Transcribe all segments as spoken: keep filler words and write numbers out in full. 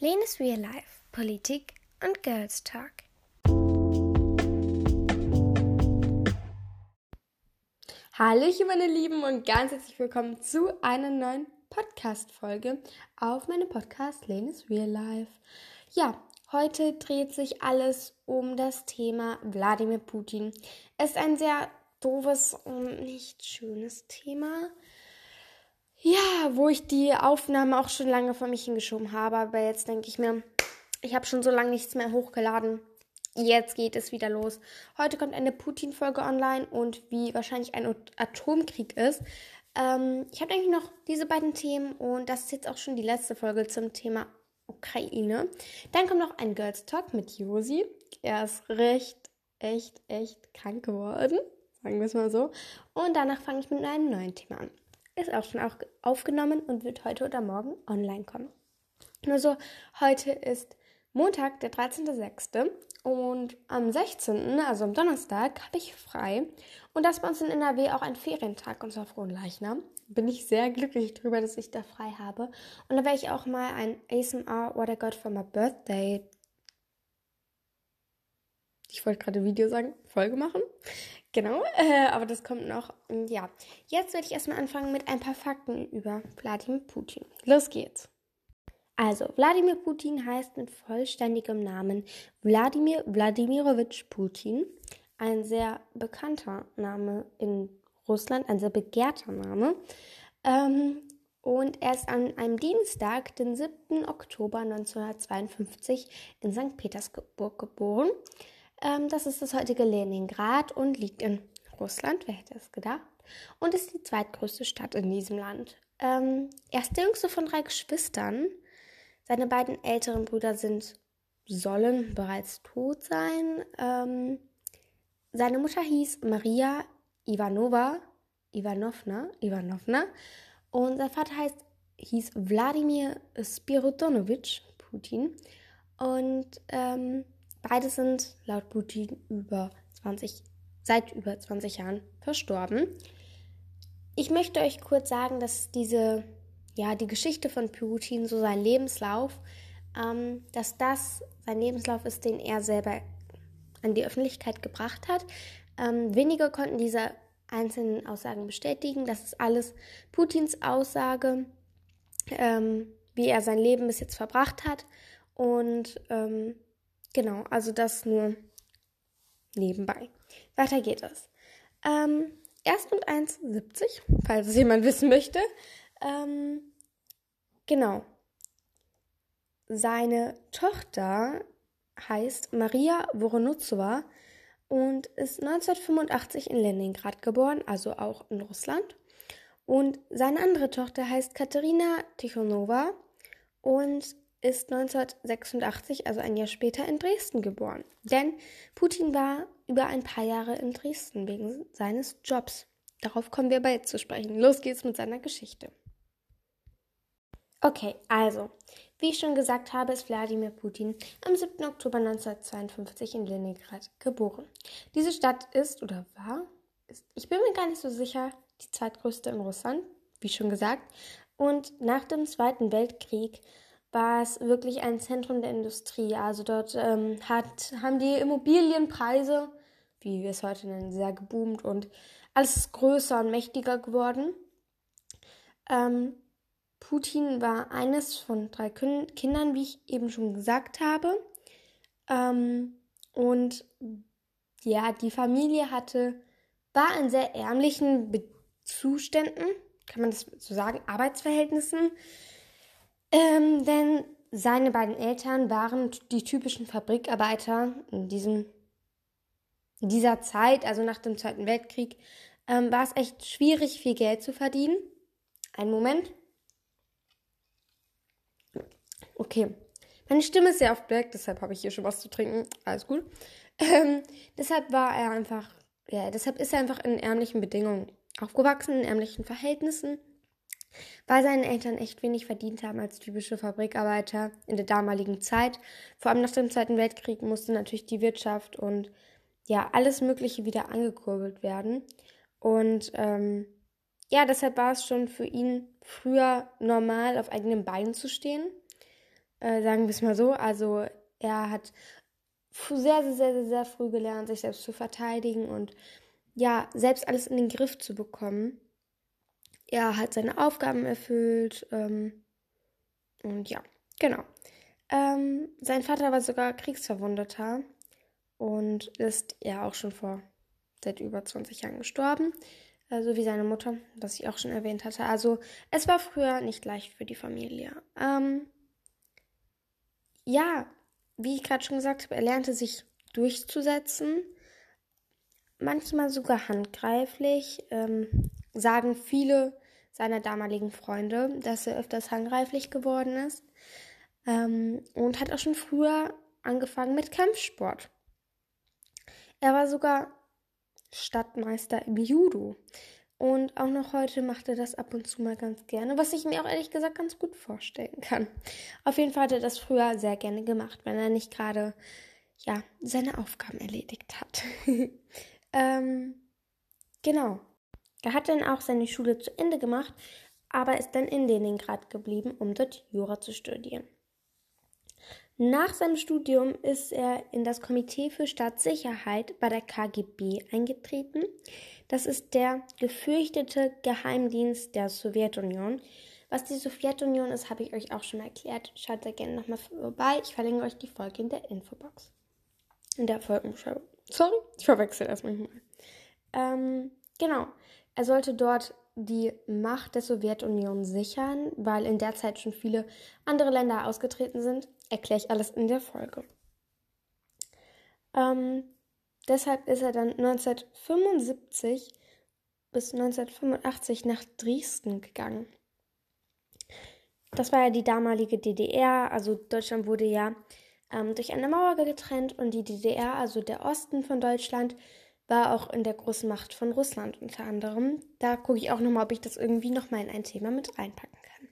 Lenes Real Life, Politik und Girls Talk. Hallöchen meine Lieben und ganz herzlich willkommen zu einer neuen Podcast-Folge auf meinem Podcast Lenes Real Life. Ja, heute dreht sich alles um das Thema Wladimir Putin. Es ist ein sehr doofes und nicht schönes Thema. Ja, wo ich die Aufnahme auch schon lange vor mich hingeschoben habe, aber jetzt denke ich mir, ich habe schon so lange nichts mehr hochgeladen. Jetzt geht es wieder los. Heute kommt eine Putin-Folge online und wie wahrscheinlich ein Atomkrieg ist. Ähm, ich habe eigentlich noch diese beiden Themen und das ist jetzt auch schon die letzte Folge zum Thema Ukraine. Dann kommt noch ein Girls Talk mit Josi. Er ist recht, echt, echt krank geworden, sagen wir es mal so. Und danach fange ich mit einem neuen Thema an. Ist auch schon auch aufgenommen und wird heute oder morgen online kommen. Nur so, heute ist Montag, der dreizehnter sechster und am sechzehnten, also am Donnerstag, habe ich frei. Und das bei uns in N R W auch ein Ferientag, und zwar Fronleichnam. Bin ich sehr glücklich drüber, dass ich da frei habe. Und da werde ich auch mal ein A S M R What I Got for My Birthday, ich wollte gerade Video sagen, Folge machen. Genau, äh, aber das kommt noch. Und ja, jetzt werde ich erstmal anfangen mit ein paar Fakten über Wladimir Putin. Los geht's. Also, Wladimir Putin heißt mit vollständigem Namen Wladimir Wladimirovich Putin. Ein sehr bekannter Name in Russland, ein sehr begehrter Name. Ähm, und er ist an einem Dienstag, den siebten Oktober neunzehnhundertzweiundfünfzig in Sankt Petersburg geboren. Ähm, das ist das heutige Leningrad und liegt in Russland, wer hätte es gedacht, und ist die zweitgrößte Stadt in diesem Land. Ähm, er ist der jüngste von drei Geschwistern. Seine beiden älteren Brüder sind, sollen bereits tot sein. Ähm, seine Mutter hieß Maria Ivanova, Ivanovna, Ivanovna und sein Vater heißt, hieß Wladimir Spiridonovich Putin und ähm, beide sind laut Putin über zwanzig, seit über zwanzig Jahren verstorben. Ich möchte euch kurz sagen, dass diese, ja, die Geschichte von Putin, so sein Lebenslauf, ähm, dass das sein Lebenslauf ist, den er selber an die Öffentlichkeit gebracht hat. Ähm, wenige konnten diese einzelnen Aussagen bestätigen. Das ist alles Putins Aussage, ähm, wie er sein Leben bis jetzt verbracht hat. Und ähm, Genau, also das nur nebenbei. Weiter geht es. Ähm, er ist mit eins Komma siebzig, falls es jemand wissen möchte. Ähm, genau. Seine Tochter heißt Maria Voronozowa und ist neunzehnhundertfünfundachtzig in Leningrad geboren, also auch in Russland. Und seine andere Tochter heißt Katerina Tichonova und ist neunzehnhundertsechsundachtzig, also ein Jahr später, in Dresden geboren. Denn Putin war über ein paar Jahre in Dresden wegen seines Jobs. Darauf kommen wir bald zu sprechen. Los geht's mit seiner Geschichte. Okay, also, wie ich schon gesagt habe, ist Wladimir Putin am siebten Oktober neunzehnhundertzweiundfünfzig in Leningrad geboren. Diese Stadt ist, oder war, ist, ich bin mir gar nicht so sicher, die zweitgrößte in Russland, wie schon gesagt. Und nach dem Zweiten Weltkrieg war es wirklich ein Zentrum der Industrie. Also dort ähm, hat, haben die Immobilienpreise, wie wir es heute nennen, sehr geboomt und alles ist größer und mächtiger geworden. Ähm, Putin war eines von drei Kün- Kindern, wie ich eben schon gesagt habe. Ähm, und ja, die Familie hatte, war in sehr ärmlichen Be- Zuständen, kann man das so sagen, Arbeitsverhältnissen. Ähm, denn seine beiden Eltern waren die typischen Fabrikarbeiter in, diesem, in dieser Zeit, also nach dem Zweiten Weltkrieg, ähm, war es echt schwierig, viel Geld zu verdienen. Einen Moment. Okay, meine Stimme ist sehr oft weg, deshalb habe ich hier schon was zu trinken. Alles gut. Ähm, deshalb war er einfach, ja, deshalb ist er einfach in ärmlichen Bedingungen aufgewachsen, in ärmlichen Verhältnissen, weil seine Eltern echt wenig verdient haben als typische Fabrikarbeiter in der damaligen Zeit. Vor allem nach dem Zweiten Weltkrieg musste natürlich die Wirtschaft und ja, alles Mögliche wieder angekurbelt werden. Und ähm, ja, deshalb war es schon für ihn früher normal, auf eigenen Beinen zu stehen. Äh, sagen wir es mal so. Also er hat sehr, sehr, sehr, sehr, sehr früh gelernt, sich selbst zu verteidigen und ja, selbst alles in den Griff zu bekommen. Er hat seine Aufgaben erfüllt ähm, und ja, genau. Ähm, sein Vater war sogar Kriegsverwundeter und ist ja auch schon vor seit über zwanzig Jahren gestorben, äh, so wie seine Mutter, was ich auch schon erwähnt hatte. Also es war früher nicht leicht für die Familie. Ähm, ja, wie ich gerade schon gesagt habe, er lernte sich durchzusetzen, manchmal sogar handgreiflich, ähm, sagen viele seiner damaligen Freunde, dass er öfters handgreiflich geworden ist ähm, und hat auch schon früher angefangen mit Kampfsport. Er war sogar Stadtmeister im Judo. Und auch noch heute macht er das ab und zu mal ganz gerne, was ich mir auch ehrlich gesagt ganz gut vorstellen kann. Auf jeden Fall hat er das früher sehr gerne gemacht, wenn er nicht gerade, ja, seine Aufgaben erledigt hat. ähm, genau. Er hat dann auch seine Schule zu Ende gemacht, aber ist dann in Leningrad geblieben, um dort Jura zu studieren. Nach seinem Studium ist er in das Komitee für Staatssicherheit bei der K G B eingetreten. Das ist der gefürchtete Geheimdienst der Sowjetunion. Was die Sowjetunion ist, habe ich euch auch schon erklärt. Schaut da gerne nochmal vorbei. Ich verlinke euch die Folge in der Infobox. In der Folgenbeschreibung. Sorry, ich verwechsel das manchmal. Ähm, genau. Er sollte dort die Macht der Sowjetunion sichern, weil in der Zeit schon viele andere Länder ausgetreten sind. Erkläre ich alles in der Folge. Ähm, deshalb ist er dann neunzehnhundertfünfundsiebzig bis neunzehnhundertfünfundachtzig nach Dresden gegangen. Das war ja die damalige D D R, also Deutschland wurde ja ähm, durch eine Mauer getrennt und die D D R, also der Osten von Deutschland, war auch in der großen Macht von Russland unter anderem. Da gucke ich auch nochmal, ob ich das irgendwie nochmal in ein Thema mit reinpacken kann.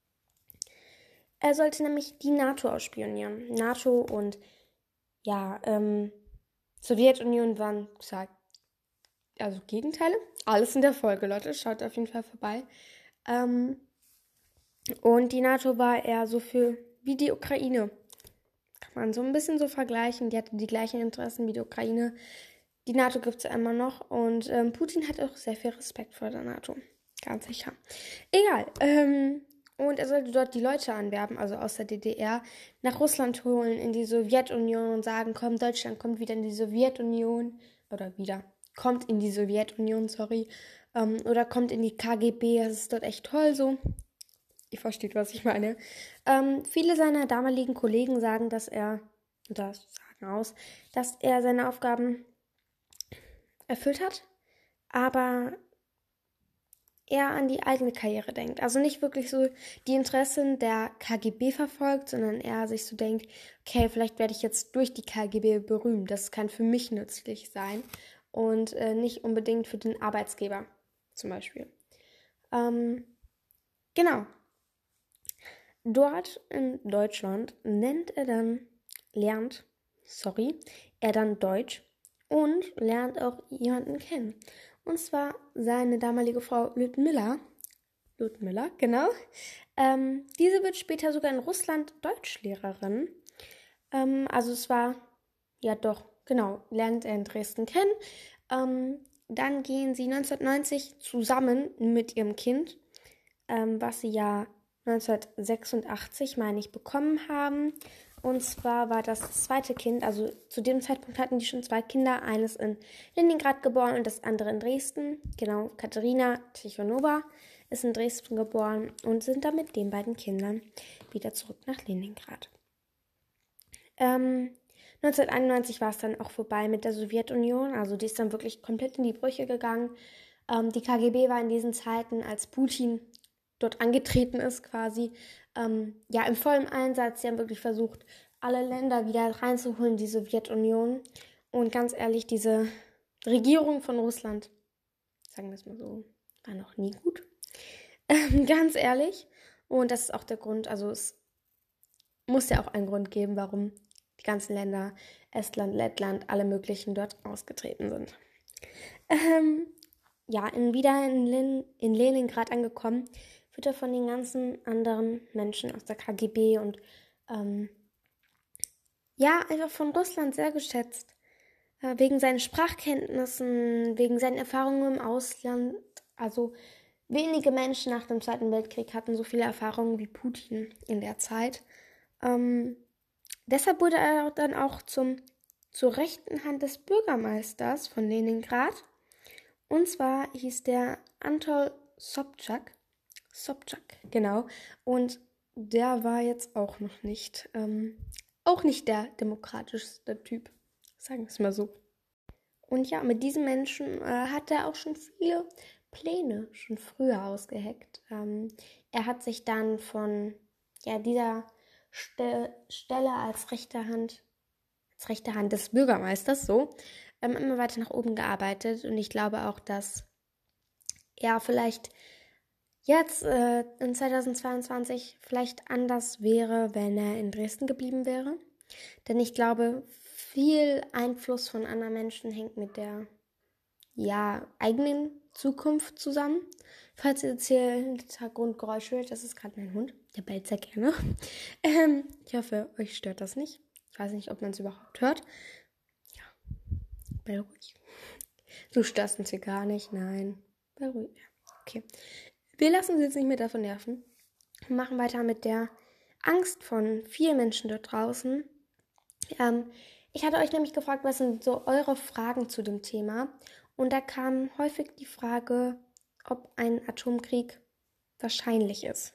Er sollte nämlich die NATO ausspionieren. NATO und ja, ähm, Sowjetunion waren gesagt, also Gegenteile. Alles in der Folge, Leute. Schaut auf jeden Fall vorbei. Ähm, und die NATO war eher so für wie die Ukraine. Kann man so ein bisschen so vergleichen. Die hatte die gleichen Interessen wie die Ukraine. Die NATO gibt es ja immer noch und ähm, Putin hat auch sehr viel Respekt vor der NATO. Ganz sicher. Egal. Ähm, und er sollte dort die Leute anwerben, also aus der D D R, nach Russland holen, in die Sowjetunion und sagen, komm, Deutschland kommt wieder in die Sowjetunion. Oder wieder, kommt in die Sowjetunion, sorry. Ähm, oder kommt in die K G B, das ist dort echt toll so. Ihr versteht, was ich meine. Ähm, viele seiner damaligen Kollegen sagen, dass er, oder sagen aus, dass er seine Aufgaben erfüllt hat, aber eher an die eigene Karriere denkt. Also nicht wirklich so die Interessen der K G B verfolgt, sondern eher sich so denkt, okay, vielleicht werde ich jetzt durch die K G B berühmt. Das kann für mich nützlich sein und äh, nicht unbedingt für den Arbeitsgeber zum Beispiel. Ähm, genau. Dort in Deutschland nennt er dann, lernt, sorry, er dann Deutsch und lernt auch jemanden kennen. Und zwar seine damalige Frau Ludmilla. Ludmilla, genau. Ähm, diese wird später sogar in Russland Deutschlehrerin. Ähm, also es war, ja doch, genau, lernt er in Dresden kennen. Ähm, dann gehen sie neunzehnhundertneunzig zusammen mit ihrem Kind, ähm, was sie ja neunzehnhundertsechsundachtzig, meine ich, bekommen haben. Und zwar war das, das zweite Kind, also zu dem Zeitpunkt hatten die schon zwei Kinder, eines in Leningrad geboren und das andere in Dresden. Genau, Katharina Tichonova ist in Dresden geboren und sind dann mit den beiden Kindern wieder zurück nach Leningrad. Ähm, neunzehnhunderteinundneunzig war es dann auch vorbei mit der Sowjetunion, also die ist dann wirklich komplett in die Brüche gegangen. Ähm, die K G B war in diesen Zeiten, als Putin dort angetreten ist quasi, ähm, ja, im vollen Einsatz. Sie haben wirklich versucht, alle Länder wieder reinzuholen, die Sowjetunion. Und ganz ehrlich, diese Regierung von Russland, sagen wir es mal so, war noch nie gut. Ähm, ganz ehrlich. Und das ist auch der Grund, also es muss ja auch einen Grund geben, warum die ganzen Länder, Estland, Lettland, alle möglichen dort ausgetreten sind. Ähm, ja, in, wieder in, Len- in Leningrad angekommen, wird er von den ganzen anderen Menschen aus der K G B und ähm, ja, einfach von Russland sehr geschätzt. Äh, wegen seinen Sprachkenntnissen, wegen seinen Erfahrungen im Ausland. Also wenige Menschen nach dem Zweiten Weltkrieg hatten so viele Erfahrungen wie Putin in der Zeit. Ähm, deshalb wurde er dann auch zum, zur rechten Hand des Bürgermeisters von Leningrad. Und zwar hieß der Anatol Sobchak. Sobchak, genau. Und der war jetzt auch noch nicht, ähm, auch nicht der demokratischste Typ, sagen wir es mal so. Und ja, mit diesem Menschen äh, hat er auch schon viele Pläne schon früher ausgeheckt. Ähm, er hat sich dann von ja, dieser Ste- Stelle als rechte Hand, als rechte Hand des Bürgermeisters so, ähm, immer weiter nach oben gearbeitet. Und ich glaube auch, dass er vielleicht jetzt äh, in zweitausendzweiundzwanzig vielleicht anders wäre, wenn er in Dresden geblieben wäre. Denn ich glaube, viel Einfluss von anderen Menschen hängt mit der ja, eigenen Zukunft zusammen. Falls ihr jetzt hier im Hintergrundgeräusch hört, das ist gerade mein Hund. Der bellt sehr gerne. Ähm, ich hoffe, euch stört das nicht. Ich weiß nicht, ob man es überhaupt hört. Ja, bell ruhig. Du störst uns hier gar nicht. Nein, bell ruhig. Okay. Wir lassen uns jetzt nicht mehr davon nerven. Wir machen weiter mit der Angst von vielen Menschen dort draußen. Ähm, ich hatte euch nämlich gefragt, was sind so eure Fragen zu dem Thema? Und da kam häufig die Frage, ob ein Atomkrieg wahrscheinlich ist.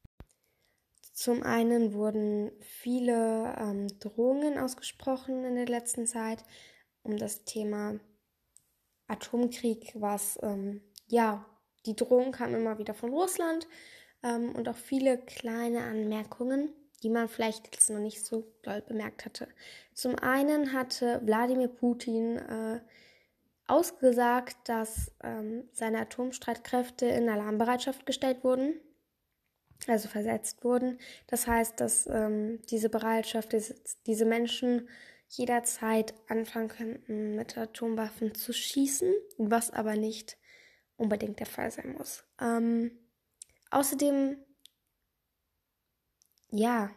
Zum einen wurden viele ähm, Drohungen ausgesprochen in der letzten Zeit um das Thema Atomkrieg, was, ähm, ja, die Drohung kam immer wieder von Russland ähm, und auch viele kleine Anmerkungen, die man vielleicht jetzt noch nicht so doll bemerkt hatte. Zum einen hatte Wladimir Putin äh, ausgesagt, dass ähm, seine Atomstreitkräfte in Alarmbereitschaft gestellt wurden, also versetzt wurden. Das heißt, dass ähm, diese Bereitschaft, diese, diese Menschen jederzeit anfangen könnten, mit Atomwaffen zu schießen, was aber nicht unbedingt der Fall sein muss. Ähm, außerdem, ja,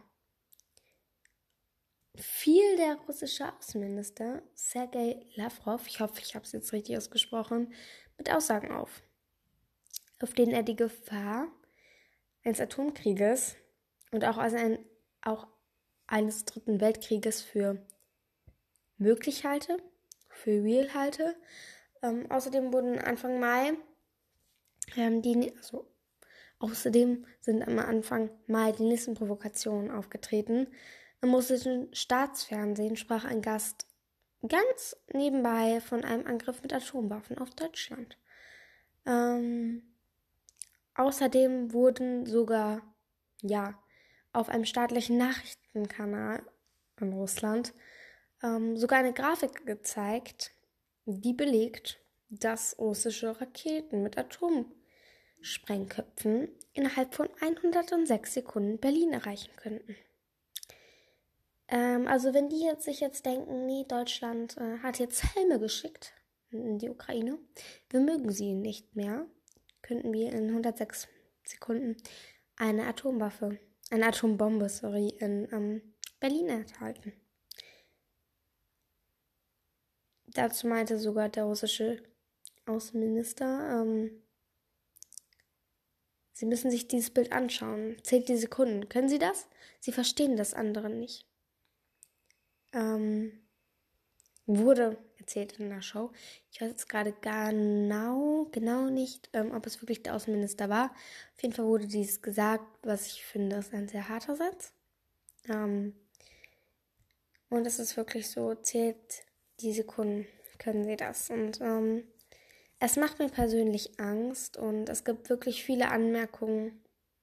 fiel der russische Außenminister Sergei Lavrov, ich hoffe, ich habe es jetzt richtig ausgesprochen, mit Aussagen auf, auf denen er die Gefahr eines Atomkrieges und auch, also ein, auch eines dritten Weltkrieges für möglich halte, für real halte. Ähm, außerdem wurden Anfang Mai ähm, die, also außerdem sind am Anfang Mai die nächsten Provokationen aufgetreten. Im russischen Staatsfernsehen sprach ein Gast ganz nebenbei von einem Angriff mit Atomwaffen auf Deutschland. Ähm, außerdem wurden sogar, ja, auf einem staatlichen Nachrichtenkanal in Russland ähm, sogar eine Grafik gezeigt, die belegt, dass russische Raketen mit Atomsprengköpfen innerhalb von hundertsechs Sekunden Berlin erreichen könnten. Ähm, also wenn die jetzt sich jetzt denken, nee, Deutschland äh, hat jetzt Helme geschickt in die Ukraine, wir mögen sie nicht mehr, könnten wir in hundertsechs Sekunden eine Atomwaffe, eine Atombombe, sorry, in ähm, Berlin erhalten. Dazu meinte sogar der russische Außenminister, ähm, Sie müssen sich dieses Bild anschauen. Zählt die Sekunden. Können Sie das? Sie verstehen das andere nicht. Ähm, wurde erzählt in der Show. Ich weiß jetzt gerade genau, genau nicht, ähm, ob es wirklich der Außenminister war. Auf jeden Fall wurde dies gesagt, was ich finde, ist ein sehr harter Satz. Ähm, und es ist wirklich so, zählt die Sekunden, können Sie das. Und ähm, es macht mir persönlich Angst und es gibt wirklich viele Anmerkungen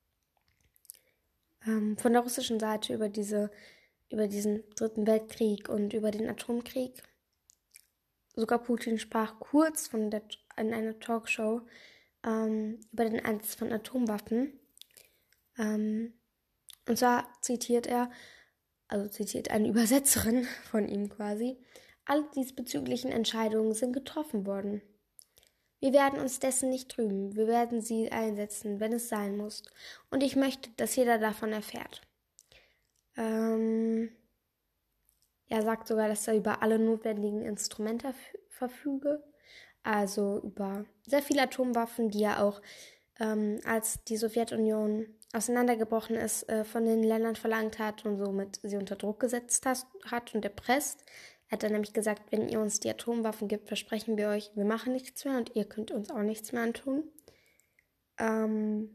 ähm, von der russischen Seite über diese, über diesen dritten Weltkrieg und über den Atomkrieg. Sogar Putin sprach kurz von der, in einer Talkshow ähm, über den Einsatz von Atomwaffen. Ähm, und zwar zitiert er, also zitiert eine Übersetzerin von ihm quasi, alle diesbezüglichen Entscheidungen sind getroffen worden. Wir werden uns dessen nicht trüben. Wir werden sie einsetzen, wenn es sein muss. Und ich möchte, dass jeder davon erfährt. Ähm, er sagt sogar, dass er über alle notwendigen Instrumente f- verfüge. Also über sehr viele Atomwaffen, die er auch, ähm, als die Sowjetunion auseinandergebrochen ist, äh, von den Ländern verlangt hat und somit sie unter Druck gesetzt has, hat und erpresst. Er hat dann nämlich gesagt, wenn ihr uns die Atomwaffen gibt, versprechen wir euch, wir machen nichts mehr und ihr könnt uns auch nichts mehr antun. Ähm,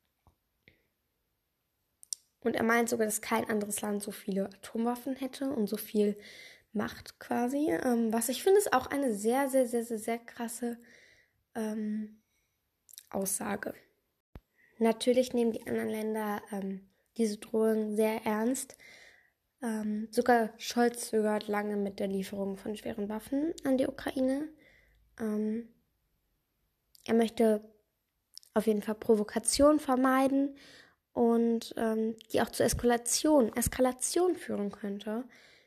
und er meint sogar, dass kein anderes Land so viele Atomwaffen hätte und so viel Macht quasi. Ähm, was ich finde, ist auch eine sehr, sehr, sehr, sehr, sehr krasse ähm, Aussage. Natürlich nehmen die anderen Länder ähm, diese Drohung sehr ernst. Ähm, sogar Scholz zögert lange mit der Lieferung von schweren Waffen an die Ukraine. Ähm, er möchte auf jeden Fall Provokation vermeiden und ähm, die auch zur Eskalation, Eskalation führen könnte.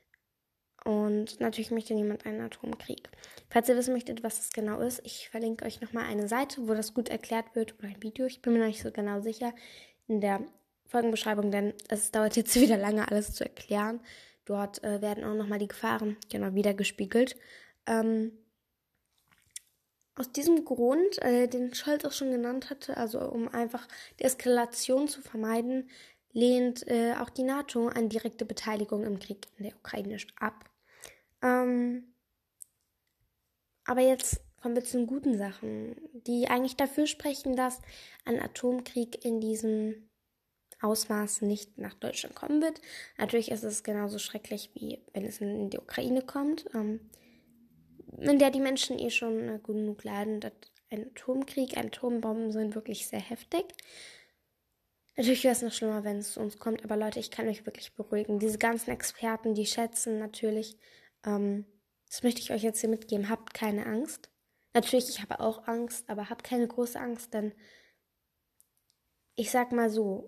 Und natürlich möchte niemand einen Atomkrieg. Falls ihr wissen möchtet, was das genau ist, ich verlinke euch nochmal eine Seite, wo das gut erklärt wird, oder ein Video, ich bin mir noch nicht so genau sicher, in der Folgenbeschreibung, denn es dauert jetzt wieder lange, alles zu erklären. Dort äh, werden auch nochmal die Gefahren genau wiedergespiegelt. Ähm, aus diesem Grund, äh, den Scholz auch schon genannt hatte, also um einfach die Eskalation zu vermeiden, lehnt äh, auch die NATO eine direkte Beteiligung im Krieg in der Ukraine ab. Ähm, aber jetzt kommen wir zu den guten Sachen, die eigentlich dafür sprechen, dass ein Atomkrieg in diesem Ausmaß nicht nach Deutschland kommen wird. Natürlich ist es genauso schrecklich, wie wenn es in die Ukraine kommt, ähm, in der die Menschen eh schon äh, genug leiden. Ein Atomkrieg, Atombomben sind wirklich sehr heftig. Natürlich wäre es noch schlimmer, wenn es zu uns kommt, aber Leute, ich kann euch wirklich beruhigen. Diese ganzen Experten, die schätzen natürlich, ähm, das möchte ich euch jetzt hier mitgeben, habt keine Angst. Natürlich, ich habe auch Angst, aber habt keine große Angst, denn ich sag mal so,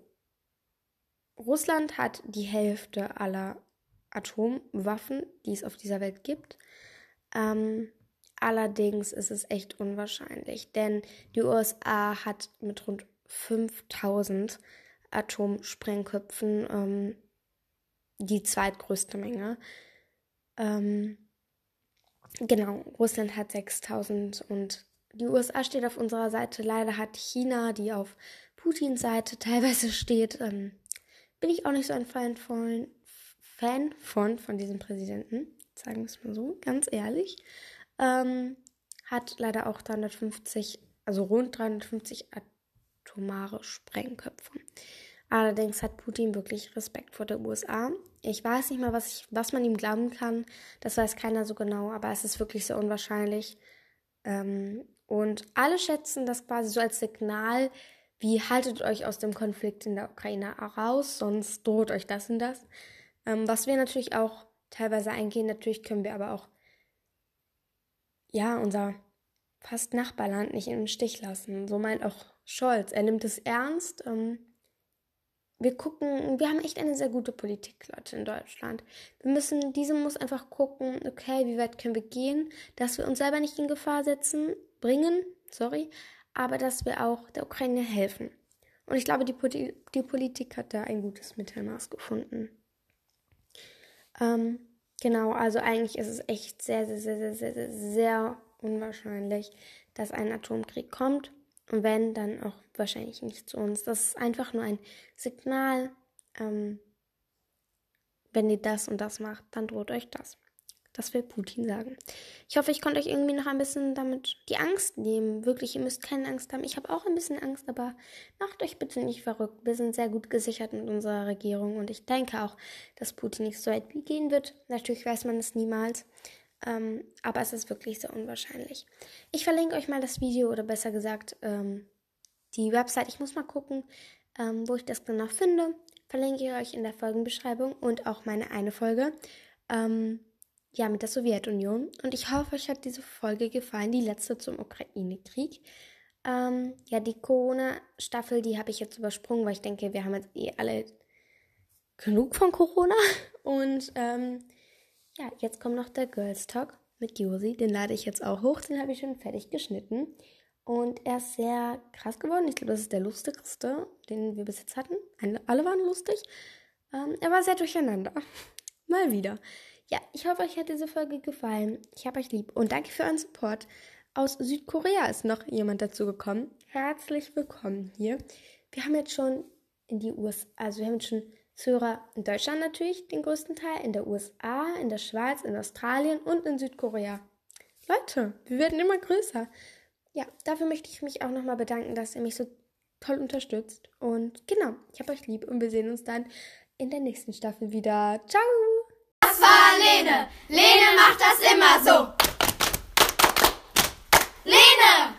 Russland hat die Hälfte aller Atomwaffen, die es auf dieser Welt gibt. Ähm, allerdings ist es echt unwahrscheinlich, denn die U S A hat mit rund fünftausend Atomsprengköpfen ähm, die zweitgrößte Menge. Ähm, genau, Russland hat sechstausend und die U S A steht auf unserer Seite. Leider hat China, die auf Putins Seite teilweise steht, ähm, bin ich auch nicht so ein Fan von, Fan von, von diesem Präsidenten, sagen wir es mal so, ganz ehrlich. Ähm, hat leider auch dreihundertfünfzig, also rund dreihundertfünfzig atomare Sprengköpfe. Allerdings hat Putin wirklich Respekt vor der U S A. Ich weiß nicht mal, was, ich, was man ihm glauben kann. Das weiß keiner so genau, aber es ist wirklich sehr unwahrscheinlich. Ähm, und alle schätzen das quasi so als Signal, wie haltet euch aus dem Konflikt in der Ukraine raus, sonst droht euch das und das. Ähm, was wir natürlich auch teilweise eingehen, natürlich können wir aber auch, ja, unser fast Nachbarland nicht im Stich lassen. So meint auch Scholz. Er nimmt es ernst. Ähm, wir gucken, wir haben echt eine sehr gute Politik, Leute, in Deutschland. Wir müssen, diese muss einfach gucken, okay, wie weit können wir gehen, dass wir uns selber nicht in Gefahr setzen, bringen, sorry, aber dass wir auch der Ukraine helfen. Und ich glaube, die, die Politik hat da ein gutes Mittelmaß gefunden. Ähm, genau, also eigentlich ist es echt sehr, sehr, sehr, sehr, sehr, sehr, sehr unwahrscheinlich, dass ein Atomkrieg kommt. Und wenn, dann auch wahrscheinlich nicht zu uns. Das ist einfach nur ein Signal, ähm, wenn ihr das und das macht, dann droht euch das. Das will Putin sagen. Ich hoffe, ich konnte euch irgendwie noch ein bisschen damit die Angst nehmen. Wirklich, ihr müsst keine Angst haben. Ich habe auch ein bisschen Angst, aber macht euch bitte nicht verrückt. Wir sind sehr gut gesichert mit unserer Regierung und ich denke auch, dass Putin nicht so weit gehen wird. Natürlich weiß man es niemals, ähm, aber es ist wirklich sehr unwahrscheinlich. Ich verlinke euch mal das Video oder besser gesagt ähm, die Website. Ich muss mal gucken, ähm, wo ich das genau finde. Verlinke ich euch in der Folgenbeschreibung und auch meine eine Folge. Ähm, Ja, mit der Sowjetunion. Und ich hoffe, euch hat diese Folge gefallen, die letzte zum Ukraine-Krieg. Ähm, ja, die Corona-Staffel, die habe ich jetzt übersprungen, weil ich denke, wir haben jetzt eh alle genug von Corona. Und ähm, ja, jetzt kommt noch der Girls Talk mit Josi. Den lade ich jetzt auch hoch. Den habe ich schon fertig geschnitten. Und er ist sehr krass geworden. Ich glaube, das ist der lustigste, den wir bis jetzt hatten. Alle waren lustig. Ähm, er war sehr durcheinander. Mal wieder. Ja, ich hoffe, euch hat diese Folge gefallen. Ich habe euch lieb und danke für euren Support. Aus Südkorea ist noch jemand dazu gekommen. Herzlich willkommen hier. Wir haben jetzt schon in die U S A, also wir haben jetzt schon Zuhörer in Deutschland natürlich, den größten Teil, in der U S A, in der Schweiz, in Australien und in Südkorea. Leute, wir werden immer größer. Ja, dafür möchte ich mich auch nochmal bedanken, dass ihr mich so toll unterstützt. Und genau, ich habe euch lieb und wir sehen uns dann in der nächsten Staffel wieder. Ciao! Das war Lene. Lene macht das immer so. Lene!